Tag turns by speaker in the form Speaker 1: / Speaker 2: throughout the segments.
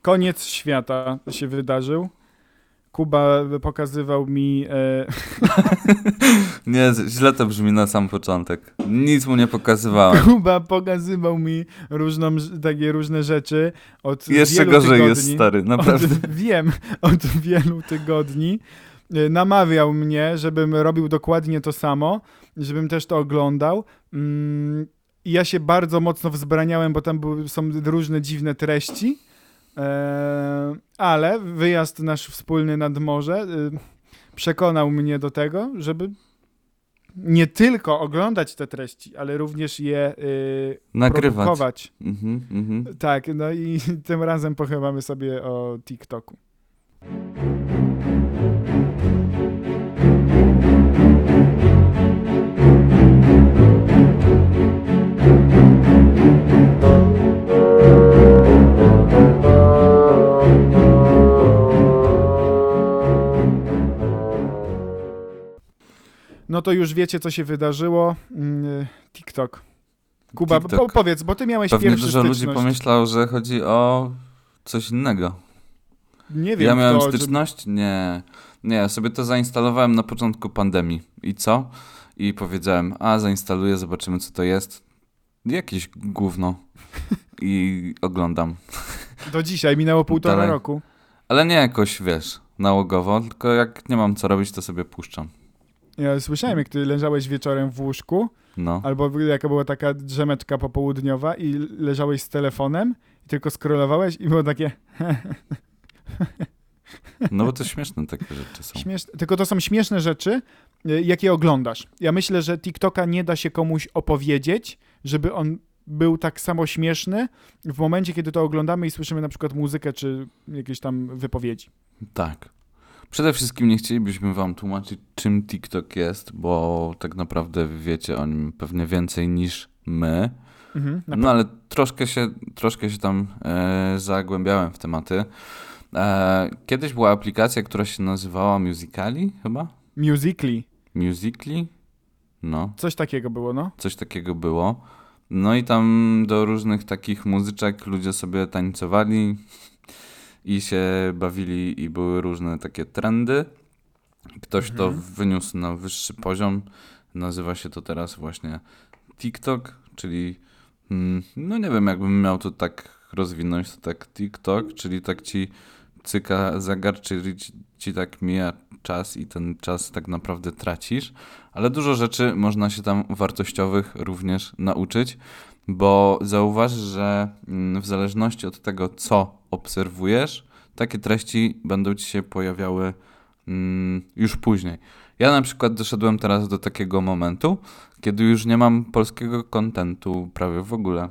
Speaker 1: Koniec świata się wydarzył. Kuba pokazywał mi...
Speaker 2: Nie, źle to brzmi na sam początek. Nic mu nie pokazywałem.
Speaker 1: Kuba pokazywał mi takie różne rzeczy od
Speaker 2: Jeszcze
Speaker 1: wielu
Speaker 2: gorzej
Speaker 1: tygodni.
Speaker 2: jest, stary, naprawdę.
Speaker 1: Wiem, od wielu tygodni. Namawiał mnie, żebym robił dokładnie to samo, żebym też to oglądał. I ja się bardzo mocno wzbraniałem, bo tam są różne dziwne treści. Ale wyjazd nasz wspólny nad morze przekonał mnie do tego, żeby nie tylko oglądać te treści, ale również je
Speaker 2: Nagrywać.
Speaker 1: produkować.
Speaker 2: Mhm.
Speaker 1: Tak, no i tym razem pochywamy sobie o TikToku. No to już wiecie, co się wydarzyło. TikTok. Kuba,
Speaker 2: TikTok.
Speaker 1: powiedz, bo ty miałeś
Speaker 2: Pewnie
Speaker 1: pierwszy
Speaker 2: dużo
Speaker 1: styczność.
Speaker 2: ludzi pomyślało, że chodzi o coś innego.
Speaker 1: Nie wiem,
Speaker 2: Ja miałem
Speaker 1: kto,
Speaker 2: styczność? Nie. Nie, ja sobie to zainstalowałem na początku pandemii. I co? I powiedziałem, zainstaluję, zobaczymy co to jest. Jakieś gówno. I oglądam.
Speaker 1: Do dzisiaj minęło 1,5
Speaker 2: Dalej.
Speaker 1: roku.
Speaker 2: Ale nie jakoś, wiesz, nałogowo, tylko jak nie mam co robić, to sobie puszczam.
Speaker 1: Ja słyszałem, jak ty leżałeś wieczorem w łóżku,
Speaker 2: No.
Speaker 1: albo jaka była taka drzemeczka popołudniowa i leżałeś z telefonem i tylko scrollowałeś i było takie
Speaker 2: No bo to śmieszne takie rzeczy są.
Speaker 1: Tylko to są śmieszne rzeczy, jakie oglądasz. Ja myślę, że TikToka nie da się komuś opowiedzieć, żeby on był tak samo śmieszny w momencie, kiedy to oglądamy i słyszymy na przykład muzykę czy jakieś tam wypowiedzi.
Speaker 2: Tak. Przede wszystkim nie chcielibyśmy wam tłumaczyć, czym TikTok jest, bo tak naprawdę wiecie o nim pewnie więcej niż my. No ale troszkę się tam zagłębiałem w tematy. Kiedyś była aplikacja, która się nazywała Musical.ly chyba?
Speaker 1: Musical.ly.
Speaker 2: No.
Speaker 1: Coś takiego było, no.
Speaker 2: Coś takiego było. No i tam do różnych takich muzyczek ludzie sobie tańcowali i się bawili i były różne takie trendy. Ktoś to wyniósł na wyższy poziom. Nazywa się to teraz właśnie TikTok, czyli no nie wiem, jakbym miał to tak rozwinąć, to tak TikTok, czyli tak ci cyka zegar, czyli ci tak mija czas i ten czas tak naprawdę tracisz, ale dużo rzeczy można się tam wartościowych również nauczyć, bo zauważ, że w zależności od tego, co obserwujesz, takie treści będą ci się pojawiały już później. Ja na przykład doszedłem teraz do takiego momentu, kiedy już nie mam polskiego kontentu prawie w ogóle.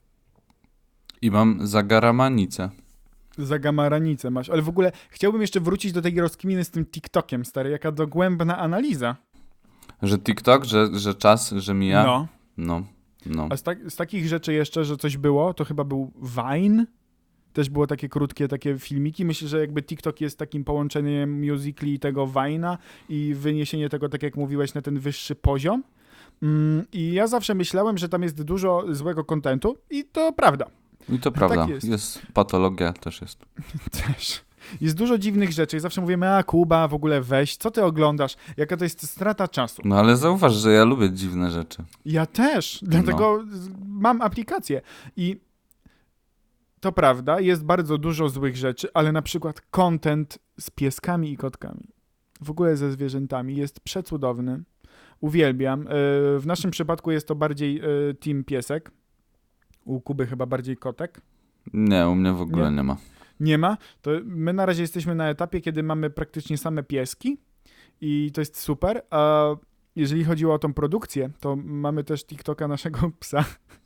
Speaker 2: I mam zagaramanicę.
Speaker 1: Zagamaranicę masz. Ale w ogóle chciałbym jeszcze wrócić do tej rozkminy z tym TikTokiem, stary. Jaka dogłębna analiza.
Speaker 2: Że TikTok, że czas, że mija?
Speaker 1: No.
Speaker 2: No.
Speaker 1: A z takich rzeczy jeszcze, że coś było, to chyba był Vine. Też było takie krótkie takie filmiki. Myślę, że jakby TikTok jest takim połączeniem Musical.ly i tego Vine'a i wyniesienie tego, tak jak mówiłeś, na ten wyższy poziom. I ja zawsze myślałem, że tam jest dużo złego kontentu i to prawda.
Speaker 2: I to prawda.
Speaker 1: Tak jest.
Speaker 2: Patologia też jest.
Speaker 1: Też. Jest dużo dziwnych rzeczy. Zawsze mówimy, Kuba, w ogóle weź, co ty oglądasz? Jaka to jest strata czasu?
Speaker 2: No ale zauważ, że ja lubię dziwne rzeczy.
Speaker 1: Ja też, dlatego mam aplikację. I to prawda, jest bardzo dużo złych rzeczy, ale na przykład content z pieskami i kotkami, w ogóle ze zwierzętami jest przecudowny. Uwielbiam. W naszym przypadku jest to bardziej team piesek. U Kuby chyba bardziej kotek.
Speaker 2: Nie, u mnie w ogóle nie ma.
Speaker 1: Nie ma? To my na razie jesteśmy na etapie, kiedy mamy praktycznie same pieski i to jest super. A jeżeli chodziło o tą produkcję, to mamy też TikToka naszego psa.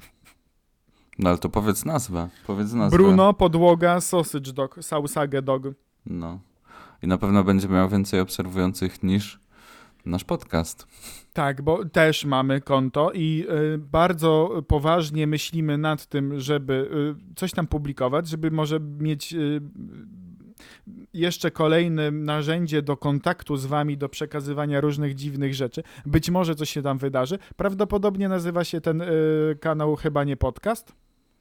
Speaker 2: No ale to powiedz nazwę.
Speaker 1: Bruno, podłoga, sausage dog, sausage dog.
Speaker 2: No. I na pewno będzie miał więcej obserwujących niż nasz podcast.
Speaker 1: Tak, bo też mamy konto i bardzo poważnie myślimy nad tym, żeby coś tam publikować, żeby może mieć jeszcze kolejne narzędzie do kontaktu z wami, do przekazywania różnych dziwnych rzeczy. Być może coś się tam wydarzy. Prawdopodobnie nazywa się ten kanał chyba nie podcast.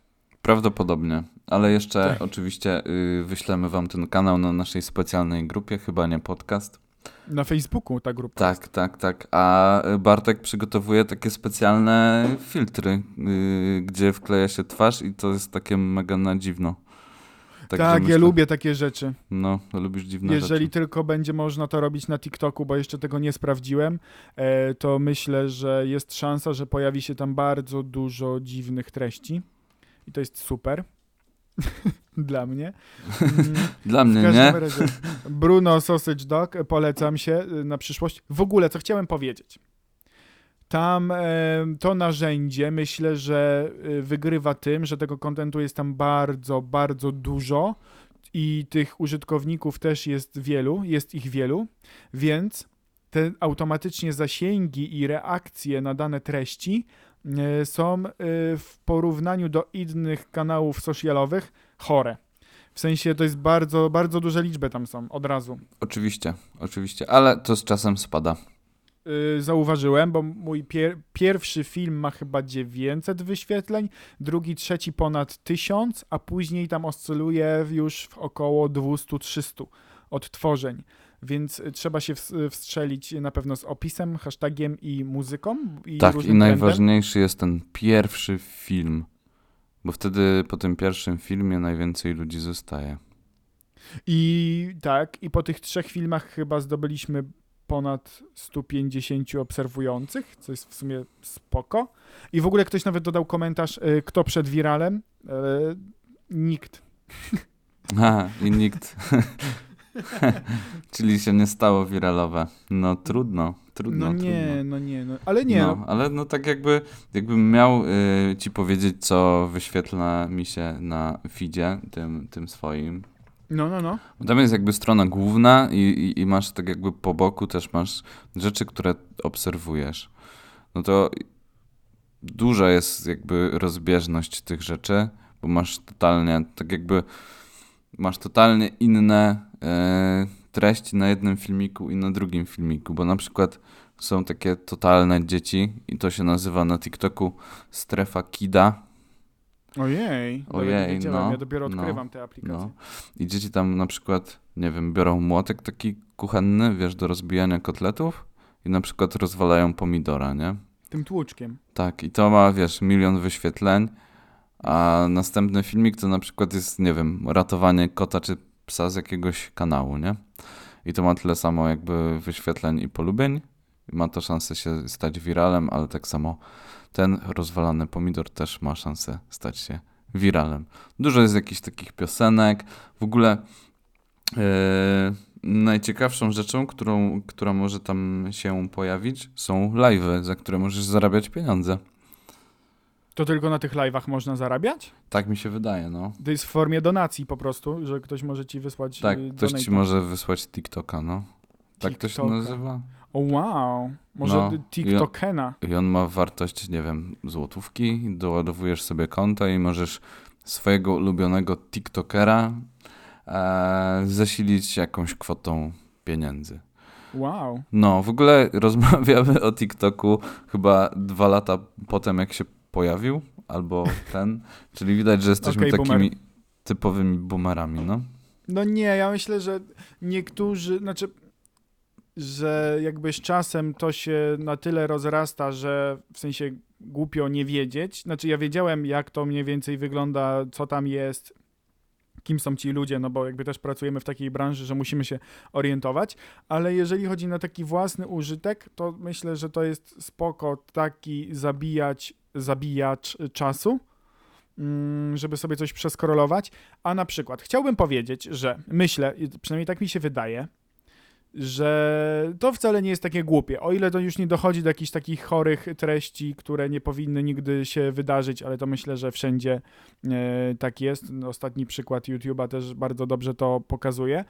Speaker 2: Prawdopodobnie, ale jeszcze
Speaker 1: Tak.
Speaker 2: oczywiście wyślemy wam ten kanał na naszej specjalnej grupie, chyba nie podcast.
Speaker 1: Na Facebooku ta grupa
Speaker 2: Tak, tak, tak. A Bartek przygotowuje takie specjalne filtry, gdzie wkleja się twarz i to jest takie mega na dziwno. Także
Speaker 1: Tak, ja
Speaker 2: myślę,
Speaker 1: lubię takie rzeczy.
Speaker 2: No, lubisz dziwne
Speaker 1: Jeżeli
Speaker 2: rzeczy.
Speaker 1: tylko będzie można to robić na TikToku, bo jeszcze tego nie sprawdziłem, to myślę, że jest szansa, że pojawi się tam bardzo dużo dziwnych treści. I to jest super. Dla mnie.
Speaker 2: Dla
Speaker 1: W
Speaker 2: mnie
Speaker 1: każdym
Speaker 2: nie.
Speaker 1: razie Bruno Sausage Dog, polecam się na przyszłość. W ogóle, co chciałem powiedzieć. Tam to narzędzie myślę, że wygrywa tym, że tego kontentu jest tam bardzo, bardzo dużo i tych użytkowników też jest ich wielu, więc te automatycznie zasięgi i reakcje na dane treści są w porównaniu do innych kanałów socialowych chore. W sensie to jest bardzo, bardzo duże liczby tam są od razu.
Speaker 2: Oczywiście, oczywiście, ale to z czasem spada.
Speaker 1: Zauważyłem, bo mój pierwszy film ma chyba 900 wyświetleń, drugi, trzeci ponad 1000, a później tam oscyluje już w około 200-300 odtworzeń. Więc trzeba się wstrzelić na pewno z opisem, hashtagiem i muzyką. I
Speaker 2: Tak, i
Speaker 1: różnym
Speaker 2: najważniejszy jest ten pierwszy film, bo wtedy po tym pierwszym filmie najwięcej ludzi zostaje.
Speaker 1: I tak, i po tych 3 filmach chyba zdobyliśmy ponad 150 obserwujących, co jest w sumie spoko. I w ogóle ktoś nawet dodał komentarz, kto przed wiralem. Nikt.
Speaker 2: Ha, i nikt. Czyli się nie stało wiralowe. No trudno.
Speaker 1: No nie. Ale nie.
Speaker 2: No, ale no tak jakbym miał ci powiedzieć, co wyświetla mi się na feedzie, tym swoim.
Speaker 1: No.
Speaker 2: Bo tam jest jakby strona główna i masz tak jakby po boku też masz rzeczy, które obserwujesz. No to duża jest jakby rozbieżność tych rzeczy, bo masz totalnie inne treści na jednym filmiku i na drugim filmiku, bo na przykład są takie totalne dzieci i to się nazywa na TikToku strefa kida.
Speaker 1: Ojej, ja nie wiedziałem, ja dopiero odkrywam te aplikacje.
Speaker 2: No. I dzieci tam na przykład, nie wiem, biorą młotek taki kuchenny, wiesz, do rozbijania kotletów i na przykład rozwalają pomidora, nie?
Speaker 1: Tym tłuczkiem.
Speaker 2: Tak, i to ma, wiesz, 1 000 000 wyświetleń, a następny filmik to na przykład jest, nie wiem, ratowanie kota czy psa z jakiegoś kanału, nie? I to ma tyle samo jakby wyświetleń i polubień. I ma to szansę się stać wiralem, ale tak samo ten rozwalany pomidor też ma szansę stać się wiralem. Dużo jest jakichś takich piosenek. W ogóle najciekawszą rzeczą, która może tam się pojawić, są live'y, za które możesz zarabiać pieniądze.
Speaker 1: To tylko na tych live'ach można zarabiać?
Speaker 2: Tak mi się wydaje, no.
Speaker 1: To jest w formie donacji po prostu, że ktoś może ci wysłać
Speaker 2: Tak, ktoś
Speaker 1: donate'a.
Speaker 2: ci może wysłać TikToka, no. Tak to się
Speaker 1: TikToka.
Speaker 2: nazywa.
Speaker 1: O wow, może
Speaker 2: No,
Speaker 1: TikTokena.
Speaker 2: I on ma wartość, nie wiem, złotówki, doładowujesz sobie konto i możesz swojego ulubionego TikTokera zasilić jakąś kwotą pieniędzy.
Speaker 1: Wow.
Speaker 2: No, w ogóle rozmawiamy o TikToku chyba 2 lata potem, jak się pojawił, albo czyli widać, że jesteśmy
Speaker 1: Okej,
Speaker 2: takimi
Speaker 1: boomer.
Speaker 2: typowymi boomerami, no.
Speaker 1: No nie, ja myślę, że niektórzy, że jakby z czasem to się na tyle rozrasta, że w sensie głupio nie wiedzieć. Znaczy ja wiedziałem, jak to mniej więcej wygląda, co tam jest, kim są ci ludzie, no bo jakby też pracujemy w takiej branży, że musimy się orientować, ale jeżeli chodzi na taki własny użytek, to myślę, że to jest spoko taki zabijacz czasu, żeby sobie coś przeskrolować, a na przykład chciałbym powiedzieć, że myślę, przynajmniej tak mi się wydaje, że to wcale nie jest takie głupie, o ile to już nie dochodzi do jakichś takich chorych treści, które nie powinny nigdy się wydarzyć, ale to myślę, że wszędzie tak jest. Ostatni przykład YouTube'a też bardzo dobrze to pokazuje.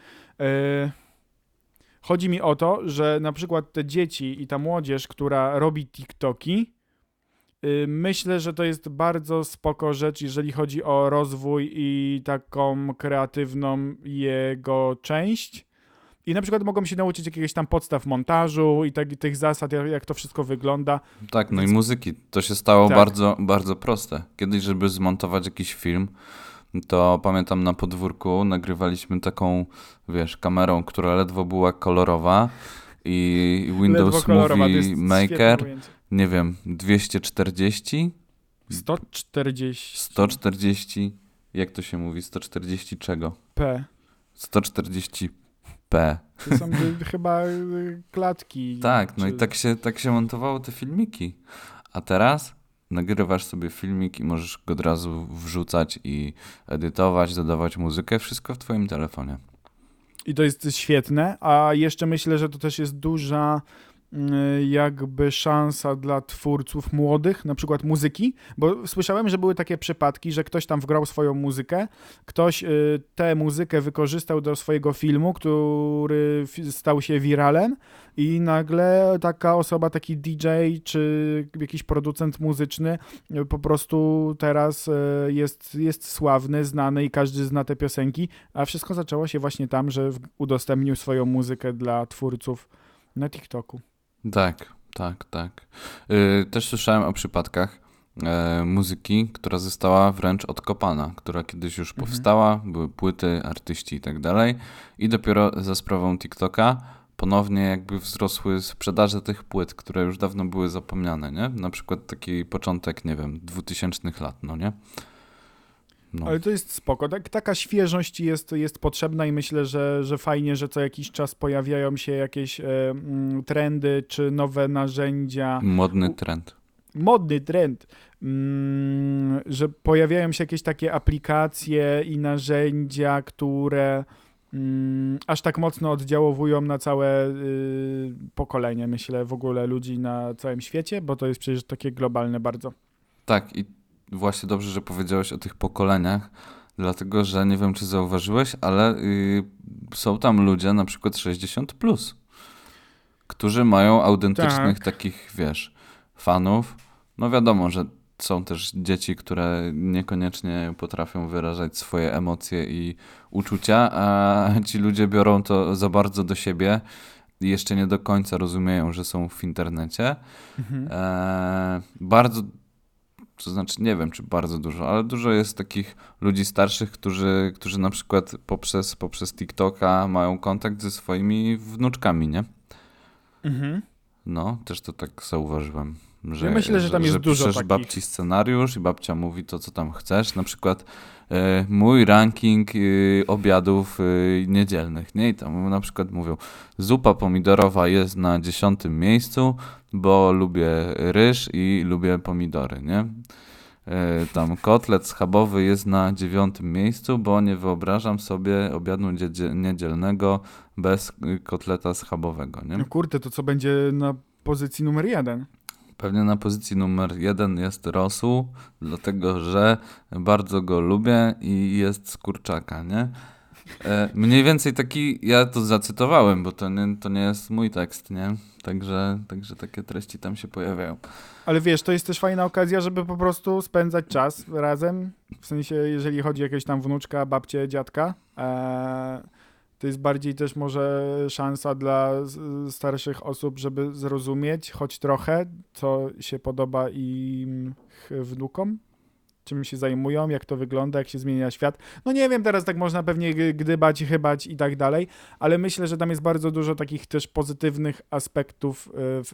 Speaker 1: Chodzi mi o to, że na przykład te dzieci i ta młodzież, która robi TikToki, myślę, że to jest bardzo spoko rzecz, jeżeli chodzi o rozwój i taką kreatywną jego część. I na przykład mogą się nauczyć jakiegoś tam podstaw montażu i tych zasad, jak to wszystko wygląda.
Speaker 2: Tak, no
Speaker 1: Więc-
Speaker 2: i muzyki. To się stało
Speaker 1: Tak.
Speaker 2: bardzo, bardzo proste. Kiedyś, żeby zmontować jakiś film, to pamiętam na podwórku nagrywaliśmy taką, wiesz, kamerą, która ledwo była kolorowa i
Speaker 1: Ledwo
Speaker 2: Windows
Speaker 1: kolorowa, to
Speaker 2: Movie
Speaker 1: jest świetne
Speaker 2: Maker,
Speaker 1: ujęcie.
Speaker 2: nie wiem, 240,
Speaker 1: 140
Speaker 2: 140, jak to się mówi, 140 czego?
Speaker 1: p.
Speaker 2: 140p.
Speaker 1: To są chyba klatki.
Speaker 2: Tak, no
Speaker 1: czy-
Speaker 2: i tak się montowało te filmiki. A teraz nagrywasz sobie filmik i możesz go od razu wrzucać i edytować, dodawać muzykę, wszystko w twoim telefonie.
Speaker 1: I to jest świetne, a jeszcze myślę, że to też jest duża jakby szansa dla twórców młodych, na przykład muzyki, bo słyszałem, że były takie przypadki, że ktoś tam wgrał swoją muzykę, ktoś tę muzykę wykorzystał do swojego filmu, który stał się wiralem i nagle taka osoba, taki DJ czy jakiś producent muzyczny po prostu teraz jest sławny, znany i każdy zna te piosenki, a wszystko zaczęło się właśnie tam, że udostępnił swoją muzykę dla twórców na TikToku.
Speaker 2: Tak. Też słyszałem o przypadkach muzyki, która została wręcz odkopana, która kiedyś już powstała, były płyty, artyści i tak dalej i dopiero za sprawą TikToka ponownie jakby wzrosły sprzedaże tych płyt, które już dawno były zapomniane, nie? Na przykład taki początek, nie wiem, 2000 lat, no nie? No.
Speaker 1: Ale to jest spoko. Taka świeżość jest potrzebna i myślę, że fajnie, że co jakiś czas pojawiają się jakieś trendy czy nowe narzędzia.
Speaker 2: Modny trend.
Speaker 1: Modny trend, że pojawiają się jakieś takie aplikacje i narzędzia, które aż tak mocno oddziałowują na całe pokolenie, myślę, w ogóle ludzi na całym świecie, bo to jest przecież takie globalne bardzo.
Speaker 2: Tak, i właśnie dobrze, że powiedziałeś o tych pokoleniach, dlatego że nie wiem, czy zauważyłeś, ale są tam ludzie, na przykład 60+, którzy mają autentycznych takich, wiesz, fanów. No wiadomo, że są też dzieci, które niekoniecznie potrafią wyrażać swoje emocje i uczucia, a ci ludzie biorą to za bardzo do siebie i jeszcze nie do końca rozumieją, że są w internecie. Bardzo, to znaczy nie wiem, czy bardzo dużo, ale dużo jest takich ludzi starszych, którzy na przykład poprzez TikToka mają kontakt ze swoimi wnuczkami, nie? No, też to tak zauważyłem. Że,
Speaker 1: Ja myślę, że tam jest dużo
Speaker 2: piszesz
Speaker 1: takich.
Speaker 2: babci scenariusz i babcia mówi to, co tam chcesz. Na przykład mój ranking obiadów niedzielnych, nie? I tam na przykład mówią, zupa pomidorowa jest na 10. miejscu, bo lubię ryż i lubię pomidory, nie? Tam kotlet schabowy jest na 9. miejscu, bo nie wyobrażam sobie obiadu niedzielnego bez kotleta schabowego, nie?
Speaker 1: No kurde, to co będzie na pozycji numer 1?
Speaker 2: Pewnie na pozycji numer 1 jest rosół, dlatego że bardzo go lubię i jest z kurczaka, nie? Mniej więcej taki, ja to zacytowałem, bo to nie jest mój tekst, nie? Także takie treści tam się pojawiają.
Speaker 1: Ale wiesz, to jest też fajna okazja, żeby po prostu spędzać czas razem, w sensie jeżeli chodzi o jakiegoś tam wnuczka, babcię, dziadka, to jest bardziej też może szansa dla starszych osób, żeby zrozumieć choć trochę, co się podoba im wnukom, czym się zajmują, jak to wygląda, jak się zmienia świat. No nie wiem, teraz tak można pewnie gdybać, chybać i tak dalej, ale myślę, że tam jest bardzo dużo takich też pozytywnych aspektów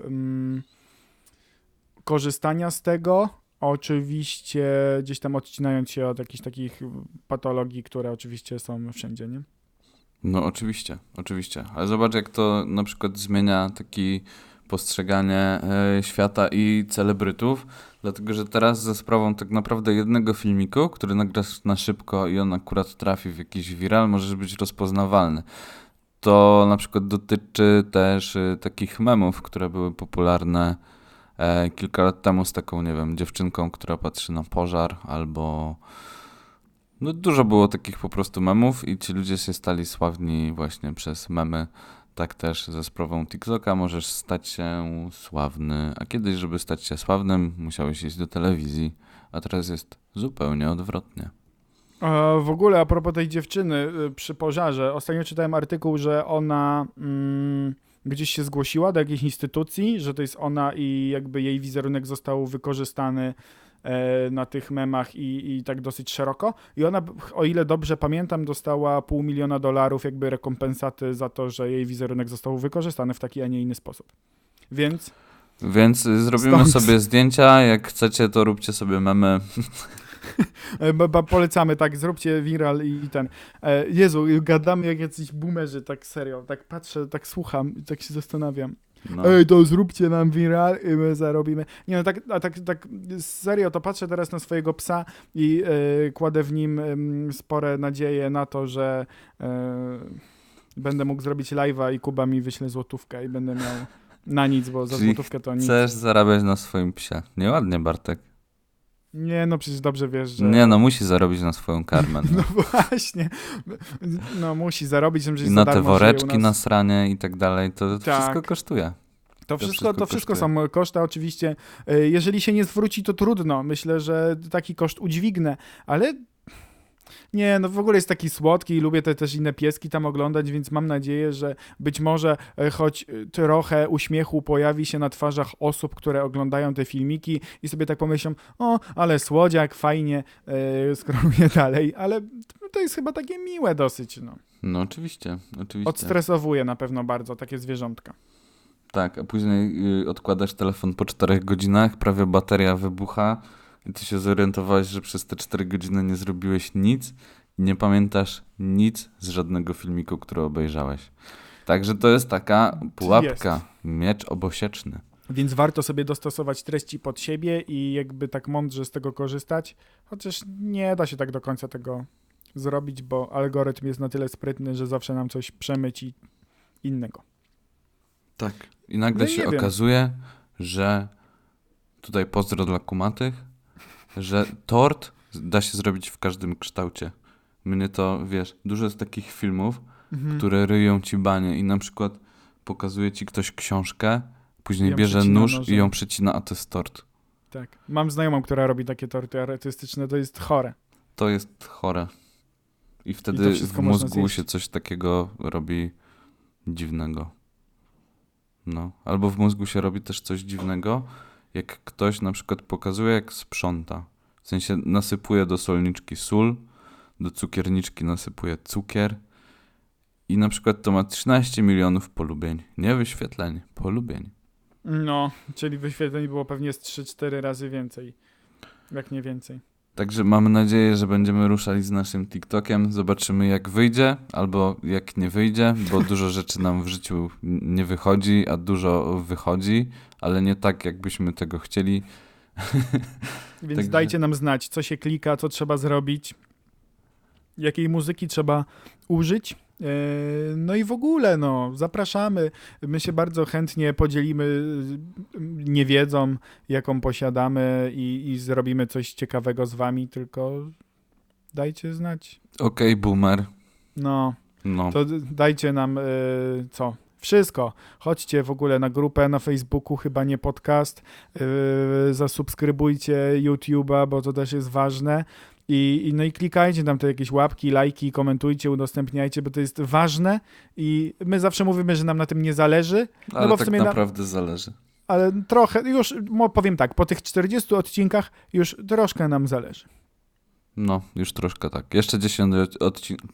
Speaker 1: korzystania z tego, oczywiście gdzieś tam odcinając się od jakichś takich patologii, które oczywiście są wszędzie, nie?
Speaker 2: No oczywiście. Ale zobacz, jak to na przykład zmienia taki postrzeganie świata i celebrytów, dlatego że teraz za sprawą tak naprawdę jednego filmiku, który nagrasz na szybko i on akurat trafi w jakiś viral, możesz być rozpoznawalny. To na przykład dotyczy też takich memów, które były popularne kilka lat temu z taką, nie wiem, dziewczynką, która patrzy na pożar, albo no dużo było takich po prostu memów i ci ludzie się stali sławni właśnie przez memy. Tak też ze sprawą TikToka możesz stać się sławny, a kiedyś, żeby stać się sławnym, musiałeś iść do telewizji, a teraz jest zupełnie odwrotnie.
Speaker 1: W ogóle a propos tej dziewczyny przy pożarze, ostatnio czytałem artykuł, że ona gdzieś się zgłosiła do jakiejś instytucji, że to jest ona i jakby jej wizerunek został wykorzystany na tych memach i tak dosyć szeroko. I ona, o ile dobrze pamiętam, dostała $500,000 jakby rekompensaty za to, że jej wizerunek został wykorzystany w taki, a nie inny sposób.
Speaker 2: Więc zrobimy sobie zdjęcia, jak chcecie, to róbcie sobie memy.
Speaker 1: Polecamy, tak, zróbcie viral i ten. Jezu, gadamy jak jacyś boomerzy, tak serio, tak patrzę, tak słucham, tak się zastanawiam.
Speaker 2: No.
Speaker 1: Ej, to zróbcie nam viral i my zarobimy. Nie no, tak serio, to patrzę teraz na swojego psa i kładę w nim spore nadzieje na to, że będę mógł zrobić live'a i Kuba mi wyśle złotówkę i będę miał na nic, bo za złotówkę to nic.
Speaker 2: Chcesz zarabiać na swoim psie. Nieładnie, Bartek.
Speaker 1: Nie, no przecież dobrze wiesz, że...
Speaker 2: Nie, no musi zarobić na swoją karmę.
Speaker 1: No właśnie. No musi zarobić, że
Speaker 2: I na te woreczki na sranie i tak dalej, to wszystko kosztuje.
Speaker 1: To wszystko są koszta oczywiście. Jeżeli się nie zwróci, to trudno. Myślę, że taki koszt udźwignę, ale nie, no w ogóle jest taki słodki i lubię te też inne pieski tam oglądać, więc mam nadzieję, że być może choć trochę uśmiechu pojawi się na twarzach osób, które oglądają te filmiki i sobie tak pomyślą, o, ale słodziak, fajnie, skroluję dalej, ale to jest chyba takie miłe dosyć, no.
Speaker 2: No oczywiście.
Speaker 1: Odstresowuje na pewno bardzo takie zwierzątka.
Speaker 2: Tak, a później odkładasz telefon po 4 godzinach, prawie bateria wybucha i ty się zorientowałeś, że przez te 4 godziny nie zrobiłeś nic i nie pamiętasz nic z żadnego filmiku, który obejrzałeś. Także to jest taka pułapka, miecz obosieczny.
Speaker 1: Więc warto sobie dostosować treści pod siebie i jakby tak mądrze z tego korzystać, chociaż nie da się tak do końca tego zrobić, bo algorytm jest na tyle sprytny, że zawsze nam coś przemyci innego.
Speaker 2: Tak. I nagle się okazuje, że tutaj pozdro dla kumatych, że tort da się zrobić w każdym kształcie. Mnie to, wiesz, dużo jest takich filmów, które ryją ci banie i na przykład pokazuje ci ktoś książkę, później bierze nóż i ją przecina, a to jest tort.
Speaker 1: Tak. Mam znajomą, która robi takie torty artystyczne, to jest chore.
Speaker 2: To jest chore. I wtedy w mózgu się coś takiego robi dziwnego. No. Albo w mózgu się robi też coś dziwnego, jak ktoś na przykład pokazuje, jak sprząta. W sensie nasypuje do solniczki sól, do cukierniczki nasypuje cukier i na przykład to ma 13 milionów polubień. Nie wyświetleń, polubień.
Speaker 1: No, czyli wyświetleń było pewnie z 3-4 razy więcej, jak nie więcej.
Speaker 2: Także mamy nadzieję, że będziemy ruszali z naszym TikTokiem. Zobaczymy, jak wyjdzie, albo jak nie wyjdzie, bo dużo rzeczy nam w życiu nie wychodzi, a dużo wychodzi, ale nie tak, jakbyśmy tego chcieli.
Speaker 1: Więc
Speaker 2: Także...
Speaker 1: dajcie nam znać, co się klika, co trzeba zrobić, jakiej muzyki trzeba użyć. No i w ogóle, no, zapraszamy. My się bardzo chętnie podzielimy niewiedzą, jaką posiadamy i zrobimy coś ciekawego z wami, tylko dajcie znać.
Speaker 2: Okej, boomer.
Speaker 1: No, to dajcie nam co? Wszystko. Chodźcie w ogóle na grupę na Facebooku, chyba nie podcast. Zasubskrybujcie YouTube'a, bo to też jest ważne. No i klikajcie tam te jakieś łapki, lajki, komentujcie, udostępniajcie, bo to jest ważne i my zawsze mówimy, że nam na tym nie zależy.
Speaker 2: Ale
Speaker 1: bo w
Speaker 2: tak
Speaker 1: sumie
Speaker 2: naprawdę zależy.
Speaker 1: Ale trochę, już powiem tak, po tych 40 odcinkach już troszkę nam zależy.
Speaker 2: No, już troszkę tak. Jeszcze 10 odcinków.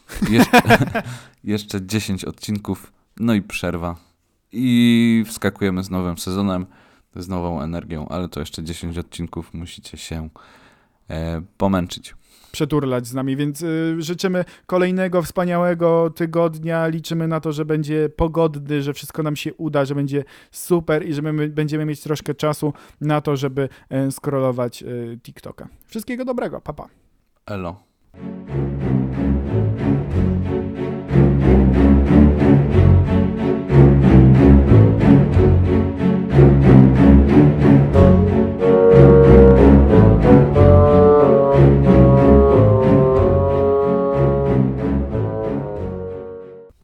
Speaker 2: Jeszcze 10 odcinków, no i przerwa. I wskakujemy z nowym sezonem, z nową energią, ale to jeszcze 10 odcinków musicie się pomęczyć.
Speaker 1: Przeturlać z nami, więc życzymy kolejnego wspaniałego tygodnia. Liczymy na to, że będzie pogodny, że wszystko nam się uda, że będzie super i że my będziemy mieć troszkę czasu na to, żeby scrollować TikToka. Wszystkiego dobrego, pa pa.
Speaker 2: Elo.